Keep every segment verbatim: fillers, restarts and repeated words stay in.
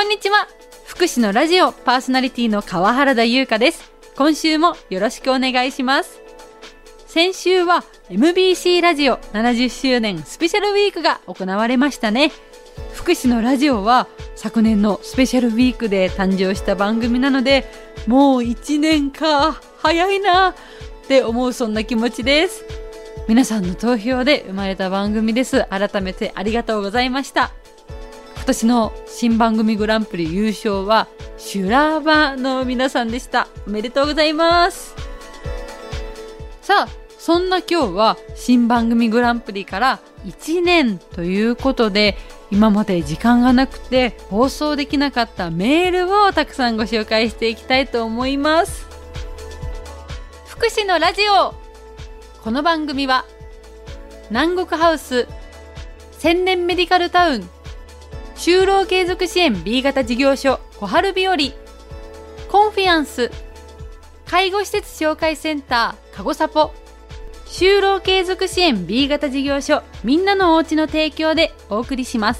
こんにちは。福祉のラジオパーソナリティの川原田優香です。今週もよろしくお願いします。先週は エムビーシー ラジオななじゅっしゅうねんスペシャルウィークが行われましたね。福祉のラジオは昨年のスペシャルウィークで誕生した番組なので、もういちねんか、早いなって思う、そんな気持ちです。皆さんの投票で生まれた番組です。改めてありがとうございました。今年の新番組グランプリ優勝はシュラバの皆さんでした。おめでとうございます。さあ、そんな今日は新番組グランプリからいちねんということで、今まで時間がなくて放送できなかったメールをたくさんご紹介していきたいと思います。福祉のラジオ。この番組は南国ハウス、千年メディカルタウン、就労継続支援 B 型事業所小春日和、コンフィアンス、介護施設紹介センターかごさぽ、就労継続支援 B 型事業所みんなのおうちの提供でお送りします。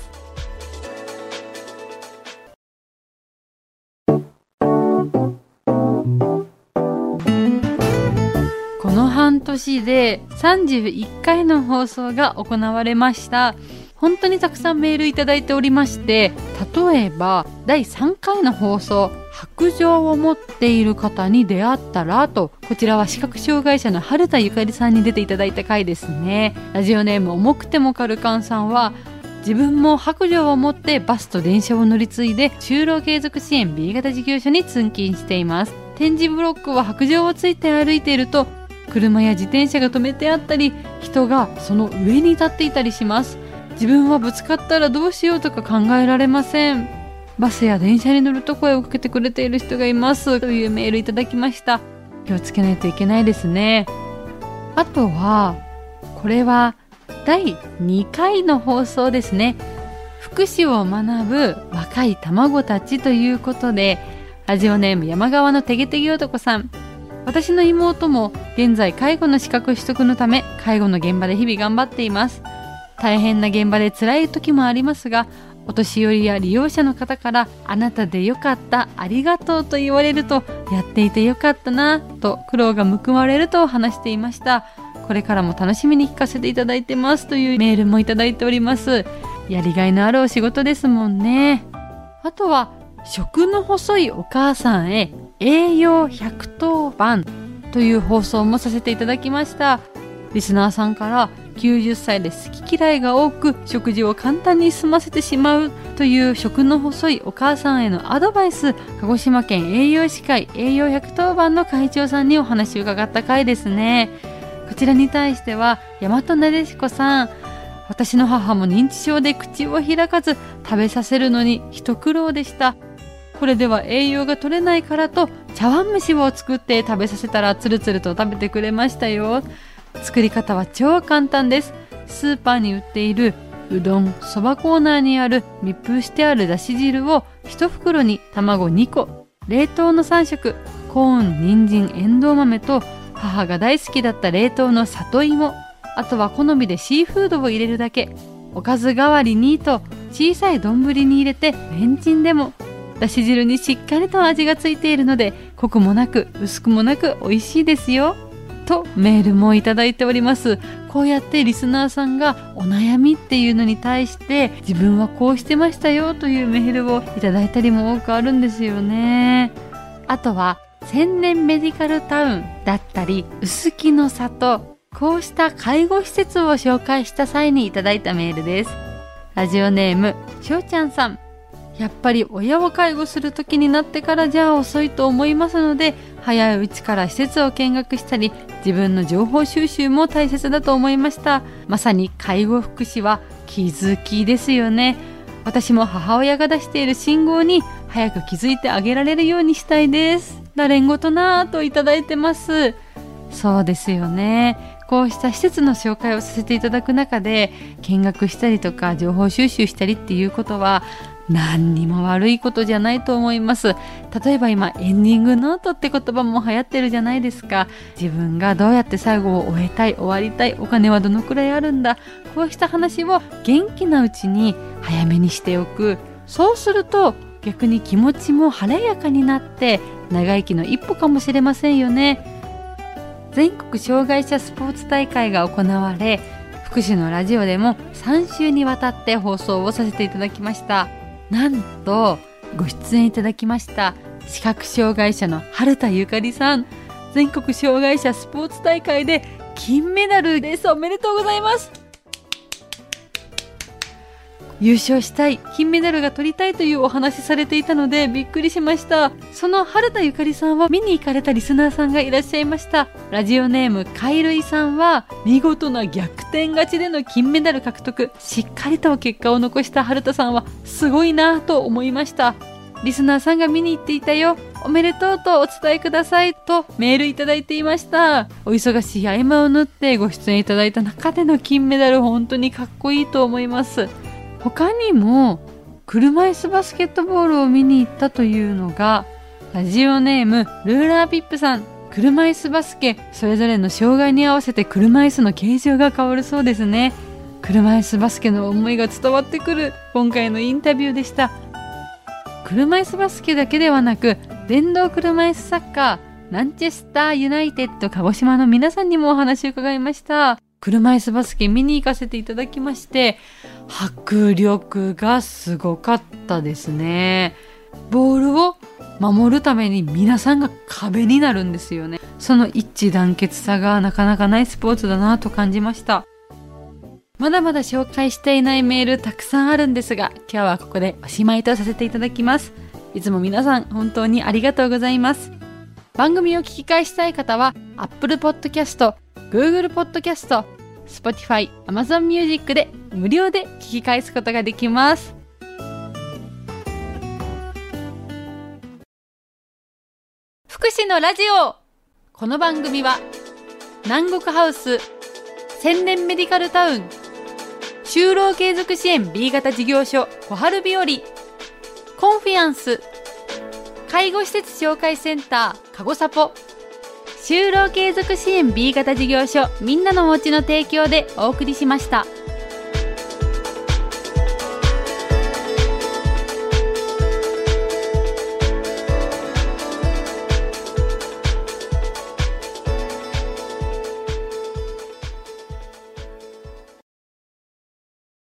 この半年でさんじゅういっかいの放送が行われました。本当にたくさんメールいただいておりまして、例えばだいさんかいの放送、白杖を持っている方に出会ったらと、こちらは視覚障害者の春田ゆかりさんに出ていただいた回ですね。ラジオネーム重くてもカルカンさんは、自分も白杖を持ってバスと電車を乗り継いで就労継続支援 B 型事業所に通勤しています。点字ブロックは白杖をついて歩いていると、車や自転車が止めてあったり、人がその上に立っていたりします。自分はぶつかったらどうしようとか考えられません。バスや電車に乗ると声をかけてくれている人がいますというメールいただきました。気をつけないといけないですね。あとはこれはだいにかいの放送ですね。福祉を学ぶ若い卵たちということで、ラジオネーム山川のてげてげ男さん。私の妹も現在介護の資格取得のため介護の現場で日々頑張っています。大変な現場で辛い時もありますが、お年寄りや利用者の方からあなたでよかった、ありがとうと言われると、やっていてよかったなと苦労が報われると話していました。これからも楽しみに聞かせていただいてますというメールもいただいております。やりがいのあるお仕事ですもんね。あとは食の細いお母さんへ栄養ひゃくとおばんという放送もさせていただきました。リスナーさんから、きゅうじゅっさいで好き嫌いが多く食事を簡単に済ませてしまうという食の細いお母さんへのアドバイス、鹿児島県栄養士会栄養ひゃくとおばんの会長さんにお話を伺った回ですね。こちらに対しては大和なでしこさん、私の母も認知症で口を開かず食べさせるのに一苦労でした。これでは栄養が取れないからと茶碗蒸しを作って食べさせたらつるつると食べてくれましたよ。作り方は超簡単です。スーパーに売っているうどん、そばコーナーにある密封してあるだし汁を一袋に卵にこ、冷凍のさんしょく、コーン、人参、エンドウ豆と母が大好きだった冷凍の里芋、あとは好みでシーフードを入れるだけ、おかず代わりにと小さい丼に入れてレンチンでも、だし汁にしっかりと味がついているので濃くもなく薄くもなく美味しいですよとメールもいただいております。こうやってリスナーさんがお悩みっていうのに対して自分はこうしてましたよというメールをいただいたりも多くあるんですよね。あとは千年メディカルタウンだったり臼杵の里、こうした介護施設を紹介した際にいただいたメールです。ラジオネームしょうちゃんさん。やっぱり親を介護する時になってからじゃ遅いと思いますので、早いうちから施設を見学したり自分の情報収集も大切だと思いました。まさに介護福祉は気づきですよね。私も母親が出している信号に早く気づいてあげられるようにしたいです。誰んごとなぁといただいてます。そうですよね。こうした施設の紹介をさせていただく中で見学したりとか情報収集したりっていうことは何にも悪いことじゃないと思います。例えば今エンディングノートって言葉も流行ってるじゃないですか。自分がどうやって最後を終えたい、終わりたい、お金はどのくらいあるんだ、こうした話を元気なうちに早めにしておく。そうすると逆に気持ちも晴れやかになって長生きの一歩かもしれませんよね。全国障害者スポーツ大会が行われ、福祉のラジオでもさん週にわたって放送をさせていただきました。なんとご出演いただきました視覚障害者の春田ゆかりさん、全国障害者スポーツ大会で金メダルです。おめでとうございます。優勝したい、金メダルが取りたいというお話しされていたのでびっくりしました。その春田ゆかりさんは見に行かれたリスナーさんがいらっしゃいました。ラジオネームかいるいさんは、見事な逆転勝ちでの金メダル獲得、しっかりと結果を残した春田さんはすごいなと思いました。リスナーさんが見に行っていたよ、おめでとうとお伝えくださいとメールいただいていました。お忙しい合間を縫ってご出演いただいた中での金メダル、本当にかっこいいと思います。他にも車椅子バスケットボールを見に行ったというのがラジオネームルーラーピップさん。車椅子バスケ、それぞれの障害に合わせて車椅子の形状が変わるそうですね。車椅子バスケの思いが伝わってくる今回のインタビューでした。車椅子バスケだけではなく、電動車椅子サッカーランチェスターユナイテッド鹿児島の皆さんにもお話を伺いました。車椅子バスケ見に行かせていただきまして、迫力がすごかったですね。ボールを守るために皆さんが壁になるんですよね。その一致団結さがなかなかないスポーツだなと感じました。まだまだ紹介していないメールたくさんあるんですが、今日はここでおしまいとさせていただきます。いつも皆さん本当にありがとうございます。番組を聞き返したい方は Apple Podcast、Google Podcast、Spotify、Amazon Music で無料で聞き返すことができます。福祉のラジオ。この番組は南国ハウス、千年メディカルタウン、就労継続支援 B 型事業所小春日和、コンフィアンス、介護施設紹介センターかごさぽ、就労継続支援 B 型事業所みんなのおうちの提供でお送りしました。